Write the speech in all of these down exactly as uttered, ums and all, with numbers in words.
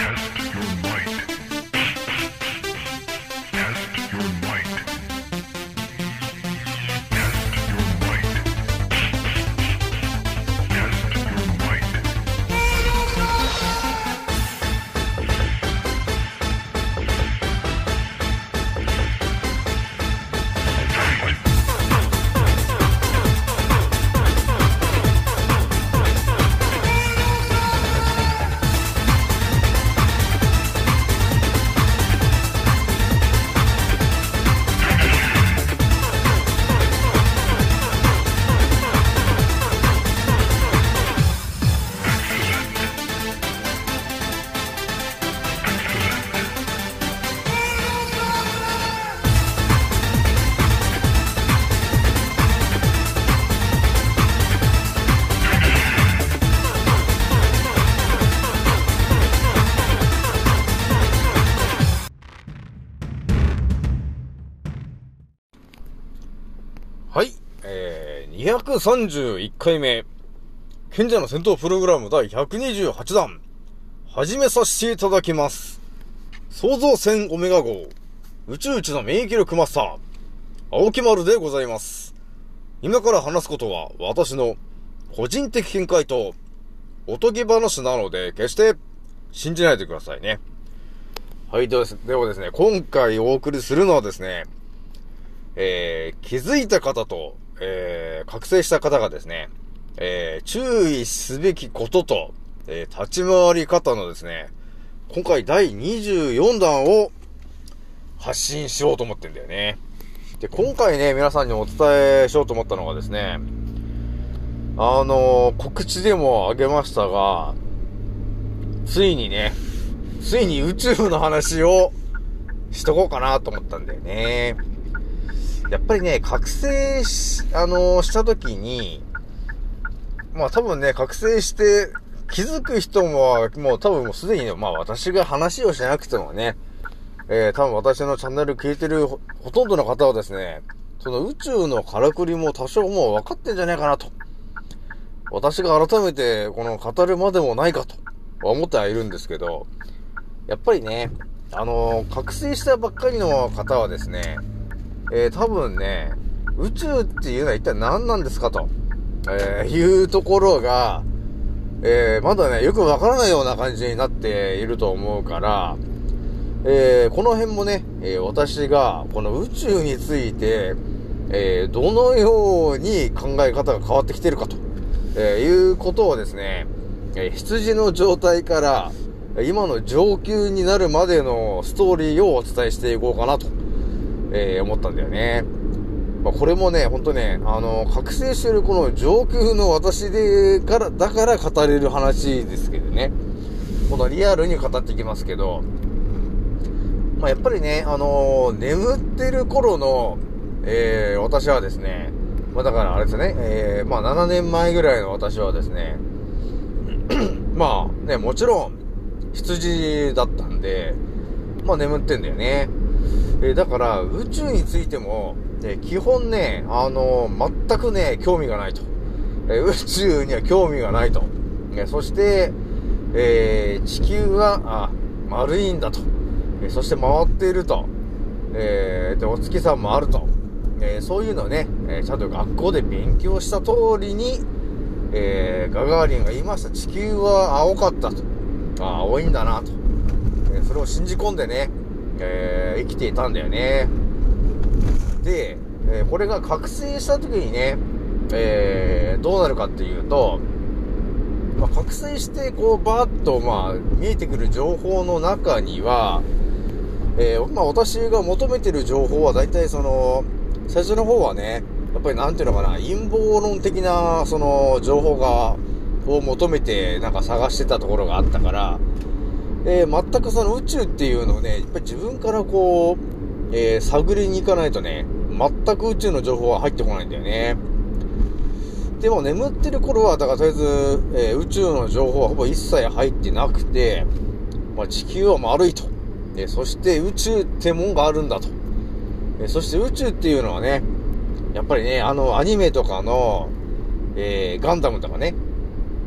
はい、えー、にひゃくさんじゅういっかいめ、賢者の戦闘プログラムだいひゃくにじゅうはちだん、始めさせていただきます。創造船オメガ号、宇宙一の免疫力マスター、青木丸でございます。今から話すことは、私の個人的見解と、おとぎ話なので、決して信じないでくださいね。はい、ではですね、今回お送りするのはですね、えー、気づいた方と、えー、覚醒した方がですね、えー、注意すべきことと、えー、立ち回り方のですね、今回だいにじゅうよんだんを発信しようと思ってんだよね。で、今回ね、皆さんにお伝えしようと思ったのがですね、あのー、告知でもあげましたが、ついにね、ついに宇宙の話をしとこうかなと思ったんだよね。やっぱりね、覚醒し、あのー、したときに、まあ多分ね、覚醒して気づく人も、もう多分もうすでにね、まあ私が話をしなくてもね、えー、多分私のチャンネル聞いてる ほ, ほとんどの方はですね、その宇宙のからくりも多少もう分かってんじゃないかなと。私が改めてこの語るまでもないかと思ってはいるんですけど、やっぱりね、あのー、覚醒したばっかりの方はですね、えー、多分ね、宇宙っていうのは一体何なんですかと、えー、いうところが、えー、まだね、よくわからないような感じになっていると思うから、えー、この辺もね、えー、私がこの宇宙について、えー、どのように考え方が変わってきているかと、えー、いうことをですね、えー、羊の状態から今の上級になるまでのストーリーをお伝えしていこうかなと、えー、思ったんだよね。まあ、これもね、ほんとね、あの、覚醒してるこの上級の私でから、だから語れる話ですけどね。このリアルに語っていきますけど、まあ、やっぱりね、あのー、眠ってる頃の、えー、私はですね、まあ、だからあれですね、えー、まあ、ななねんまえぐらいの私はですね、まあ、ね、もちろん、羊だったんで、まあ、眠ってんだよね。えー、だから宇宙についても、えー、基本ね、あのー、全くね興味がないと、えー、宇宙には興味がないと、えー、そして、えー、地球はあ丸いんだと、えー、そして回っていると、えー、でお月さんもあると、えー、そういうのをね、えー、ちゃんと学校で勉強した通りに、えー、ガガーリンが言いました。地球は青かったと、あ青いんだなと、えー、それを信じ込んでね、えー、生きていたんだよね。で、えー、これが覚醒した時にね、えー、どうなるかっていうと、まあ、覚醒してこうバーッとまあ見えてくる情報の中には、えー、まあ私が求めてる情報は大体その最初の方はね、やっぱりなんていうのかな、陰謀論的なその情報がを求めてなんか探してたところがあったから、えー、全くその宇宙っていうのをね、やっぱり自分からこう、えー、探りに行かないとね、全く宇宙の情報は入ってこないんだよね。でも眠ってる頃は、だからとりあえず、えー、宇宙の情報はほぼ一切入ってなくて、まあ、地球は丸いと、えー、そして宇宙ってもんがあるんだと、えー、そして宇宙っていうのはね、やっぱりね、あのアニメとかの、えー、ガンダムとかね、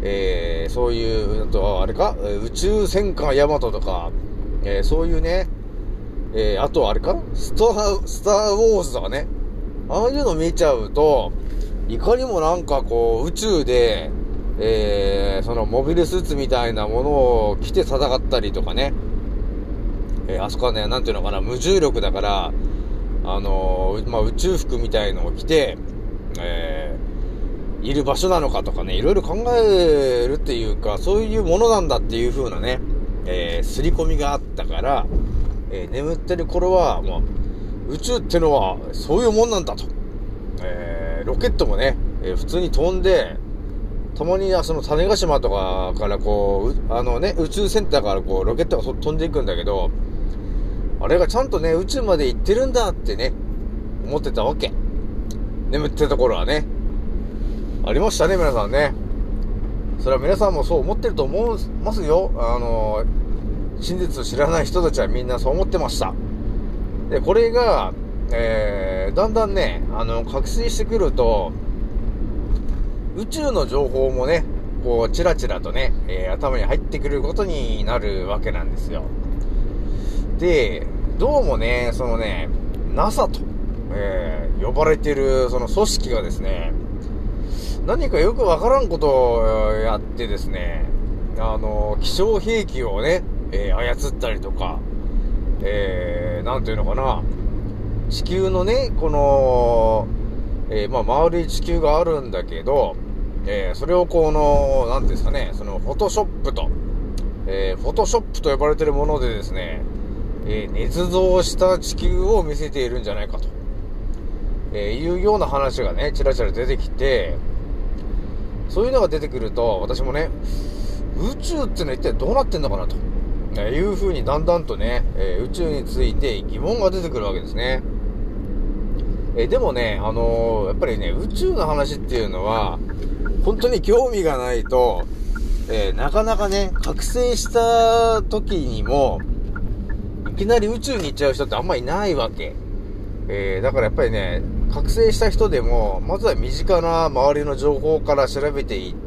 えー、そういう、あと、あれか、宇宙戦艦ヤマトとか、えー、そういうね、えー、あとあれかスター、スターウォーズとかね、ああいうの見ちゃうと、いかにもなんかこう、宇宙で、えー、そのモビルスーツみたいなものを着て戦ったりとかね、えー、あそこはね、なんていうのかな、無重力だから、あのー、まあ、宇宙服みたいのを着て、えー、いる場所なのかとかね、いろいろ考えるっていうか、そういうものなんだっていう風なね、えー、刷り込みがあったから、えー、眠ってる頃は、まあ、宇宙ってのはそういうもんなんだと。えー、ロケットもね、えー、普通に飛んで、たまにその種子島とかからこう、あのね、宇宙センターからこう、ロケットが飛んでいくんだけど、あれがちゃんとね、宇宙まで行ってるんだってね、思ってたわけ。眠ってるところはね。ありましたね、皆さんね。それは皆さんもそう思ってると思いますよ。あの、真実を知らない人たちはみんなそう思ってました。で、これが、えー、だんだんね、あの、覚醒してくると、宇宙の情報もね、こう、チラチラとね、えー、頭に入ってくることになるわけなんですよ。で、どうもね、そのね、ナサ と、えー、呼ばれてるその組織がですね、何かよくわからんことをやってですね、あの、気象兵器をね、えー、操ったりとか、えー、なんていうのかな、地球のね、この、えー、まあ、丸い地球があるんだけど、えー、それをこの、なんていうんですかね、その、フォトショップと、えー、フォトショップと呼ばれているものでですね、えー、捏造した地球を見せているんじゃないかと、えー、いうような話がね、ちらちら出てきて、そういうのが出てくると、私もね、宇宙ってのは一体どうなってんのかなと、えー、いう風にだんだんとね、えー、宇宙について疑問が出てくるわけですね。えー、でもね、あのー、やっぱりね、宇宙の話っていうのは、本当に興味がないと、えー、なかなかね、覚醒した時にも、いきなり宇宙に行っちゃう人ってあんまりいないわけ。えー、だからやっぱりね、覚醒した人でも、まずは身近な周りの情報から調べていって、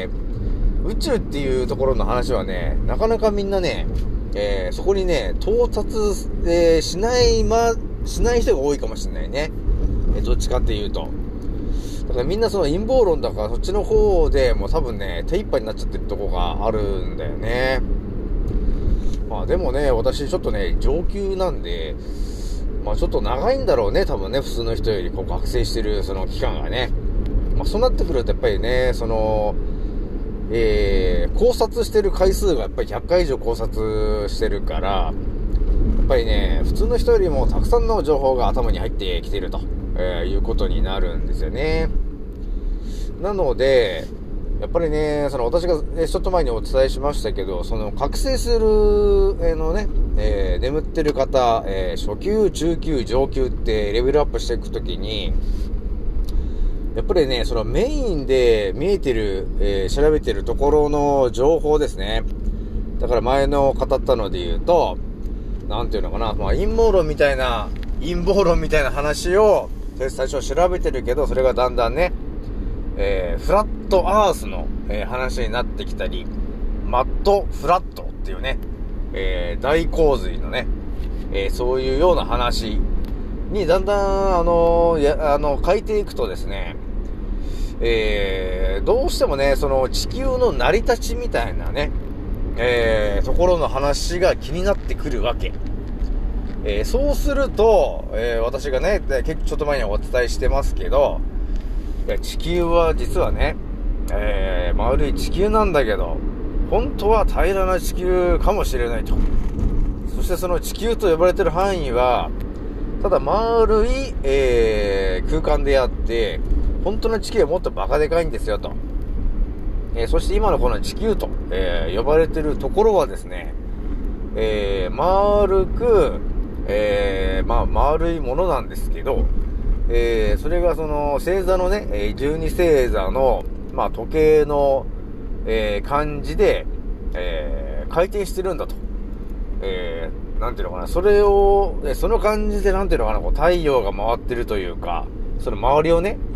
宇宙っていうところの話はね、なかなかみんなね、えー、そこにね、到達、えー、しない、ま、しない人が多いかもしれないね。えー、どっちかっていうと。だからみんなその陰謀論だからそっちの方でもう多分ね、手一杯になっちゃってるとこがあるんだよね。まあでもね、私ちょっとね、上級なんで、まあちょっと長いんだろうね、多分ね、普通の人よりこう覚醒してるその期間がね。まあそうなってくるとやっぱりね、その、えー、考察してる回数がやっぱりひゃっかい以上考察してるから、やっぱりね、普通の人よりもたくさんの情報が頭に入ってきていると、えー、いうことになるんですよね。なので、やっぱりね、その私がちょっと前にお伝えしましたけど、その覚醒する、えー、のね、えー、眠ってる方、えー、初級、中級、上級ってレベルアップしていくときに、やっぱりね、そのメインで見えてる、えー、調べてるところの情報ですね。だから前の語ったので言うと、なんていうのかな、まあ陰謀論みたいな、陰謀論みたいな話を最初調べてるけど、それがだんだんね、えー、フラットアースの、えー、話になってきたり、マットフラットっていうね、えー、大洪水のね、えー、そういうような話にだんだん、あのー、や、あの、書いていくとですね、えー、どうしてもね、その地球の成り立ちみたいなね、えー、ところの話が気になってくるわけ。えー、そうすると、えー、私がね、結構ちょっと前にお伝えしてますけど、いや地球は実はね、えー、丸い地球なんだけど、本当は平らな地球かもしれないと。そしてその地球と呼ばれている範囲は、ただ丸い、えー、空間であって、本当の地球はもっとバカでかいんですよと。えー、そして今のこの地球と、えー、呼ばれているところはですね、えー、丸く、えー、まあ丸いものなんですけど、えー、それがその星座のね、えー、じゅうに星座の、まあ、時計の、えー、感じで、えー、回転してるんだと。えー、なんていうのかな、それを、その感じでなんていうのかな、こう太陽が回ってるというか、その周りをね、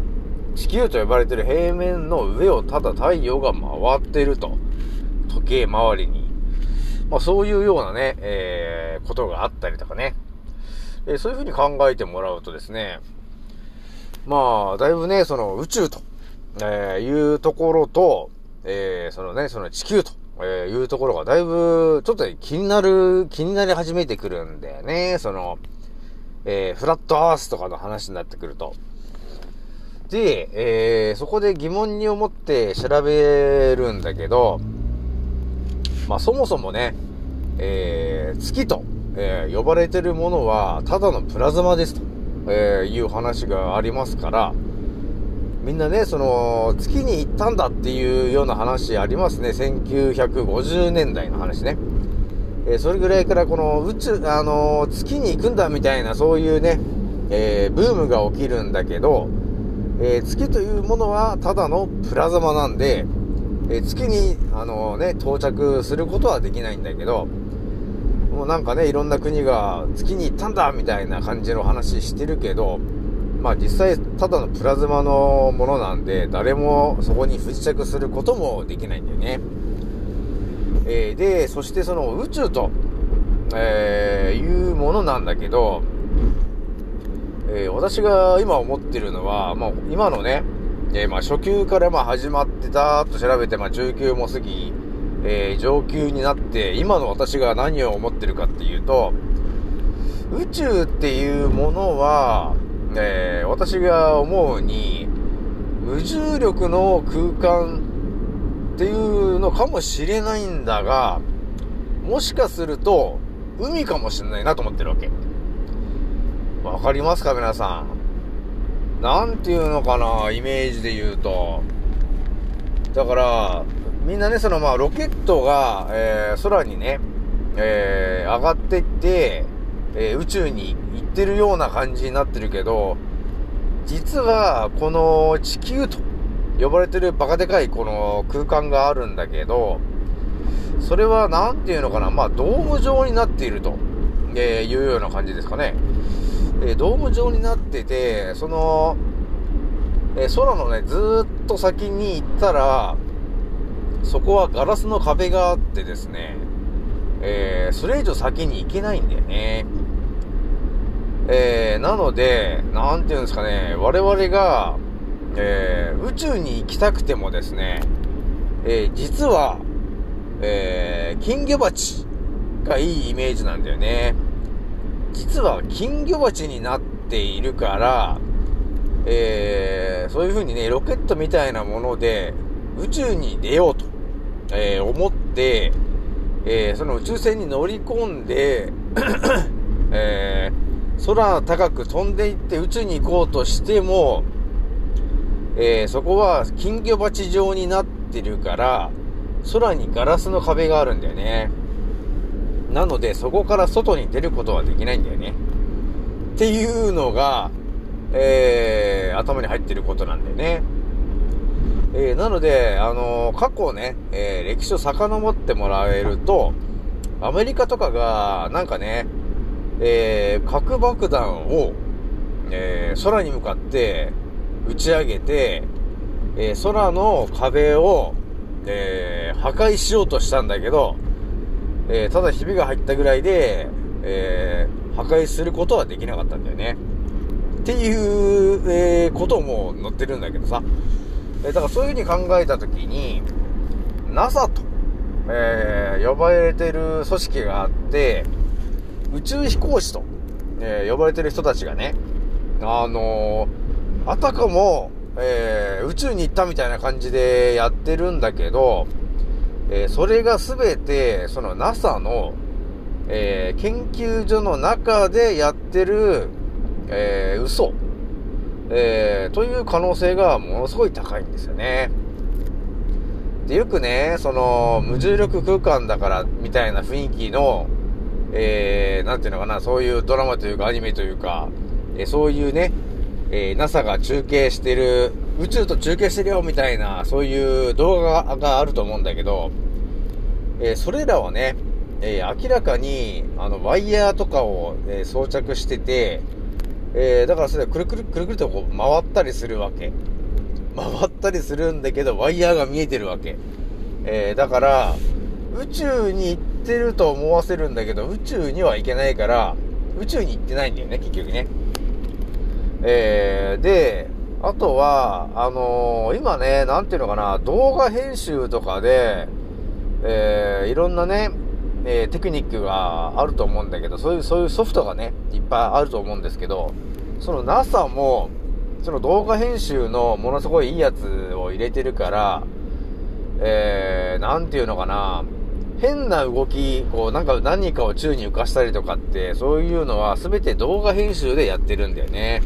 地球と呼ばれてる平面の上をただ太陽が回っていると。時計回りに。まあそういうようなね、えー、ことがあったりとかね。えー、そういうふうに考えてもらうとですね、まあ、だいぶね、その宇宙と、えー、いうところと、えー、そのね、その地球と、えー、いうところがだいぶ、ちょっと気になる、気になり始めてくるんだよね。その、えー、フラットアースとかの話になってくると。で、えー、そこで疑問に思って調べるんだけど、まあそもそもね、えー、月と、えー、呼ばれてるものはただのプラズマですと、えー、いう話がありますから、みんなね、その月に行ったんだっていうような話ありますね。せんきゅうひゃくごじゅうねんだいの話ね。えー、それぐらいからこの宇宙、あのー、月に行くんだみたいなそういうね、えー、ブームが起きるんだけど、えー、月というものはただのプラズマなんで、えー、月に、あのー、ね、到着することはできないんだけど、もうなんかね、いろんな国が月に行ったんだみたいな感じの話してるけど、まあ実際ただのプラズマのものなんで、誰もそこに不時着することもできないんだよね。えー、で、そしてその宇宙と、えー、いうものなんだけど、えー、私が今思ってるのは、まあ、今のね、えー、まあ初級からまあ始まってたーっと調べて、まあ中級も過ぎ、えー、上級になって、今の私が何を思ってるかっていうと、宇宙っていうものは、えー、私が思うに、無重力の空間っていうのかもしれないんだが、もしかすると、海かもしれないなと思ってるわけ。わかりますか皆さん。なんていうのかな、イメージで言うと。だから、みんなね、そのまあロケットが、えー、空にね、えー、上がってって、えー、宇宙に行ってるような感じになってるけど、実はこの地球と呼ばれてるバカでかいこの空間があるんだけど、それはなんていうのかな、まあドーム状になっていると、えー、いうような感じですかね。えー、ドーム状になってて、その、えー、空のね、ずーっと先に行ったら、そこはガラスの壁があってですね、えー、それ以上先に行けないんだよね。えー、なので、なんていうんですかね、我々が、えー、宇宙に行きたくてもですね、えー、実は、えー、金魚鉢がいいイメージなんだよね。実は金魚鉢になっているから、えー、そういう風にね、ロケットみたいなもので宇宙に出ようと、えー、思って、えー、その宇宙船に乗り込んで、えー、空高く飛んでいって宇宙に行こうとしても、えー、そこは金魚鉢状になってるから、空にガラスの壁があるんだよね。なので、そこから外に出ることはできないんだよね。っていうのが、えー、頭に入ってることなんだよね。えー、なので、あのー、過去ね、えー、歴史を遡ってもらえると、アメリカとかが、なんかね、えー、核爆弾を、えー、空に向かって打ち上げて、えー、空の壁を、えー、破壊しようとしたんだけど、えー、ただひびが入ったぐらいで、えー、破壊することはできなかったんだよね。っていう、えー、ことも載ってるんだけどさ。えー、だからそういう風に考えたときに、ナサ と、えー、呼ばれてる組織があって、宇宙飛行士と、えー、呼ばれてる人たちがね、あのー、あたかも、えー、宇宙に行ったみたいな感じでやってるんだけど、えー、それがすべてその ナサ の、えー、研究所の中でやってる、えー、嘘、えー、という可能性がものすごい高いんですよね。で、よくね、その無重力空間だからみたいな雰囲気の、えー、なんていうのかな、そういうドラマというかアニメというか、えー、そういうね、えー、ナサ が中継してる、宇宙と中継してるよみたいな、そういう動画があると思うんだけど、えー、それらはね、えー、明らかに、あの、ワイヤーとかを、えー、装着してて、えー、だからそれでくるくるくるくるとこう回ったりするわけ。 回ったりするんだけど、ワイヤーが見えてるわけ。えー、だから、宇宙に行ってると思わせるんだけど、宇宙には行けないから、宇宙に行ってないんだよね、結局ね。えー、で、あとは、あのー、今ね、なんていうのかな、動画編集とかで、えー、いろんなね、えー、テクニックがあると思うんだけど、そういう、そういうソフトがね、いっぱいあると思うんですけど、その ナサ も、その動画編集のものすごいいいやつを入れてるから、えー、なんていうのかな、変な動き、こう、なんか何かを宙に浮かしたりとかって、そういうのは全て動画編集でやってるんだよね。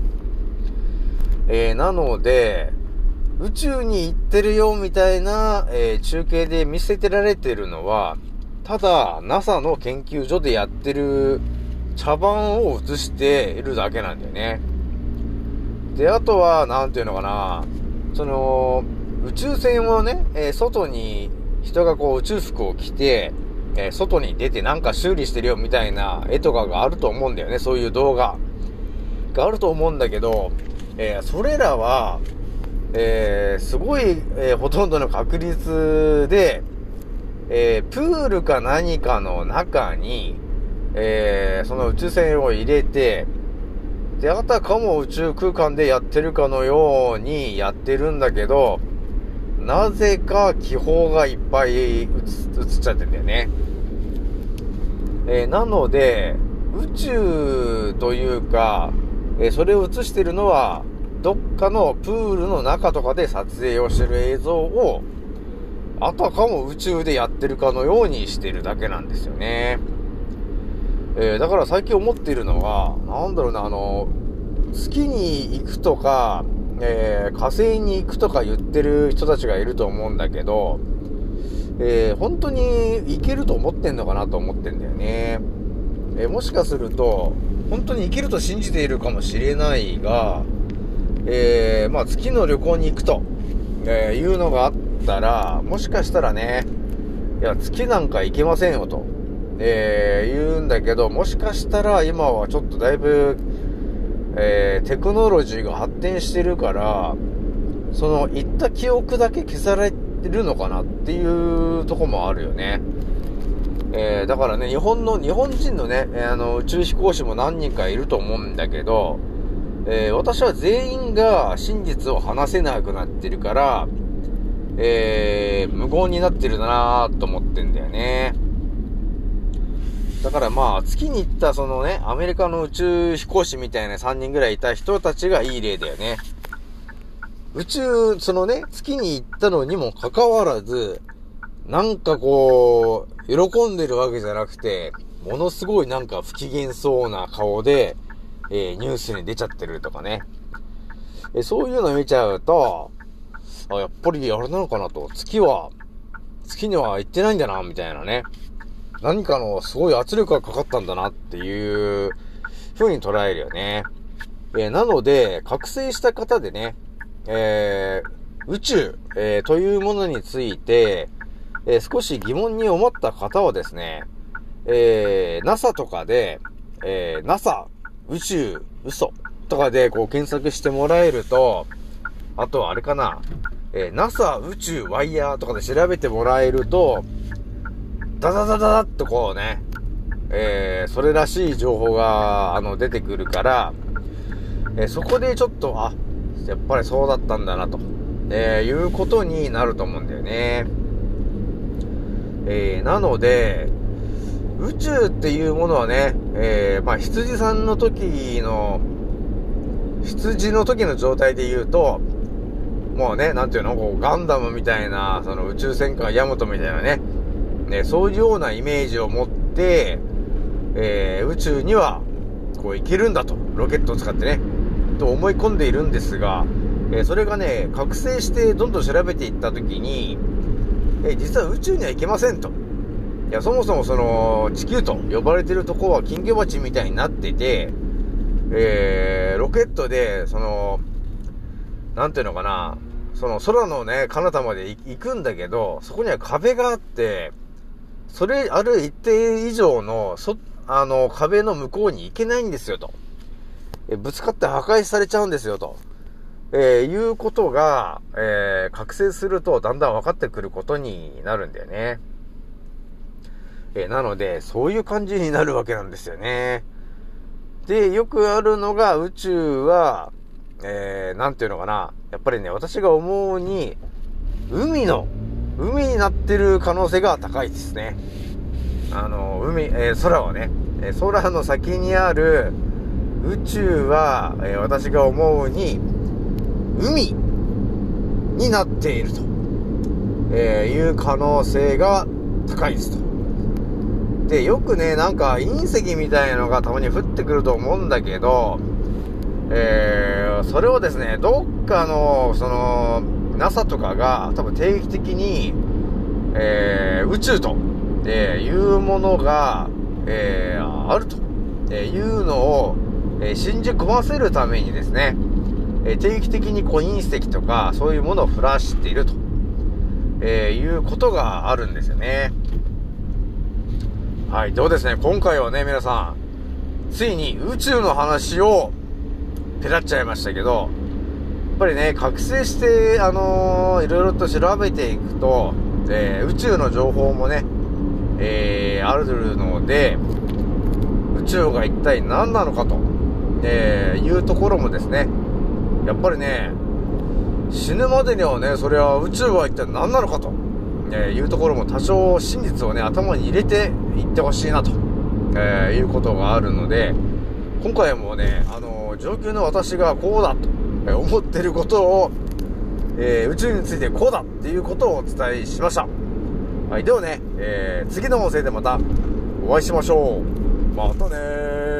えー、なので、宇宙に行ってるよみたいな、えー、中継で見せてられてるのは、ただ ナサ の研究所でやってる茶番を映しているだけなんだよね。で、あとは、なんていうのかな、その、宇宙船をね、えー、外に人がこう宇宙服を着て、えー、外に出てなんか修理してるよみたいな絵とかがあると思うんだよね。そういう動画があると思うんだけど、えー、それらは、えー、すごい、えー、ほとんどの確率で、えー、プールか何かの中に、えー、その宇宙船を入れて、で、あたかも宇宙空間でやってるかのようにやってるんだけど、なぜか気泡がいっぱい映っちゃってんだよね。えー、なので、宇宙というか、えー、それを映してるのは、どっかのプールの中とかで撮影をしてる映像を、あたかも宇宙でやってるかのようにしてるだけなんですよね。えー、だから最近思っているのは、なんだろうな、あの、月に行くとか、えー、火星に行くとか言ってる人たちがいると思うんだけど、えー、本当に行けると思ってんのかなと思ってんだよね。えー、もしかすると、本当に行けると信じているかもしれないが、えー、まあ月の旅行に行くと、えー、いうのがあったら、もしかしたらね、いや、月なんか行けませんよと、えー、言うんだけど、もしかしたら今はちょっとだいぶ、えー、テクノロジーが発展してるから、その行った記憶だけ消されてるのかなっていうとこもあるよね。えー、だからね、日本の、日本人のね、あの、宇宙飛行士も何人かいると思うんだけど、えー、私は全員が真実を話せなくなってるから、えー、無言になってるなぁと思ってんだよね。だからまあ、月に行ったそのね、アメリカの宇宙飛行士みたいなさんにんぐらいいた人たちがいい例だよね。宇宙、そのね、月に行ったのにもかかわらず、なんかこう、喜んでるわけじゃなくて、ものすごいなんか不機嫌そうな顔で、えー、ニュースに出ちゃってるとかね。えー、そういうの見ちゃうと、あ、やっぱりあれなのかなと、月は、月には行ってないんだな、みたいなね。何かのすごい圧力がかかったんだなっていう風に捉えるよね。えー、なので、覚醒した方でね、えー、宇宙、えー、というものについて、えー、少し疑問に思った方はですね、えー、ナサ とかで、えー、ナサ 宇宙嘘とかでこう検索してもらえると、あとはあれかな、えー、ナサ 宇宙ワイヤーとかで調べてもらえると、ダダダダダッとこうね、えー、それらしい情報があの出てくるから、えー、そこでちょっと、あ、やっぱりそうだったんだなと、えー、いうことになると思うんだよね。えー、なので、宇宙っていうものはね、えー、まあ、羊さんの時の、羊の時の状態で言うと、もうね、なんていうの、こう、ガンダムみたいな、その宇宙戦艦ヤマトみたいなね、ね、そういうようなイメージを持って、えー、宇宙には、こう、行けるんだと、ロケットを使ってね、と思い込んでいるんですが、えー、それがね、覚醒してどんどん調べていった時に、えー、実は宇宙には行けませんと。いや、そもそもその、地球と呼ばれてるとこは金魚鉢みたいになってて、えー、ロケットで、その、なんていうのかな、その空のね、彼方まで行くんだけど、そこには壁があって、それ、ある一定以上の、そ、あの、壁の向こうに行けないんですよと。え、ぶつかって破壊されちゃうんですよと。 えー、いうことが、えー、覚醒するとだんだん分かってくることになるんだよね。えー、なので、そういう感じになるわけなんですよね。で、よくあるのが、宇宙は、えー、なんていうのかな。やっぱりね、私が思うに、海の、海になってる可能性が高いですね。あの、海、えー、空はね、えー、空の先にある宇宙は、えー、私が思うに、海になっていると、えー、いう可能性が高いですと。で、よくね、なんか隕石みたいなのがたまに降ってくると思うんだけど、えー、それをですね、どっかの、その、ナサ とかが多分定期的に、えー、宇宙と、えー、いうものが、えー、あると、えー、いうのを、えー、信じ込ませるためにですね、えー、定期的にこう隕石とかそういうものを降らしていると、えー、いうことがあるんですよね。はい、どうですね、今回はね、皆さん、ついに宇宙の話をペラっちゃいましたけど、やっぱりね、覚醒して、あのー、いろいろと調べていくと、えー、宇宙の情報もね、えー、あるので、宇宙が一体何なのかと、えー、いうところもですね、やっぱりね、死ぬまでにはね、それは宇宙は一体何なのかと、えー、いうところも多少真実をね、頭に入れていってほしいなと、えー、いうことがあるので、今回もね、あのー、上級の私がこうだと思ってることを、えー、宇宙についてこうだっていうことをお伝えしました。はい、ではね、えー、次の音声でまたお会いしましょう。またねー。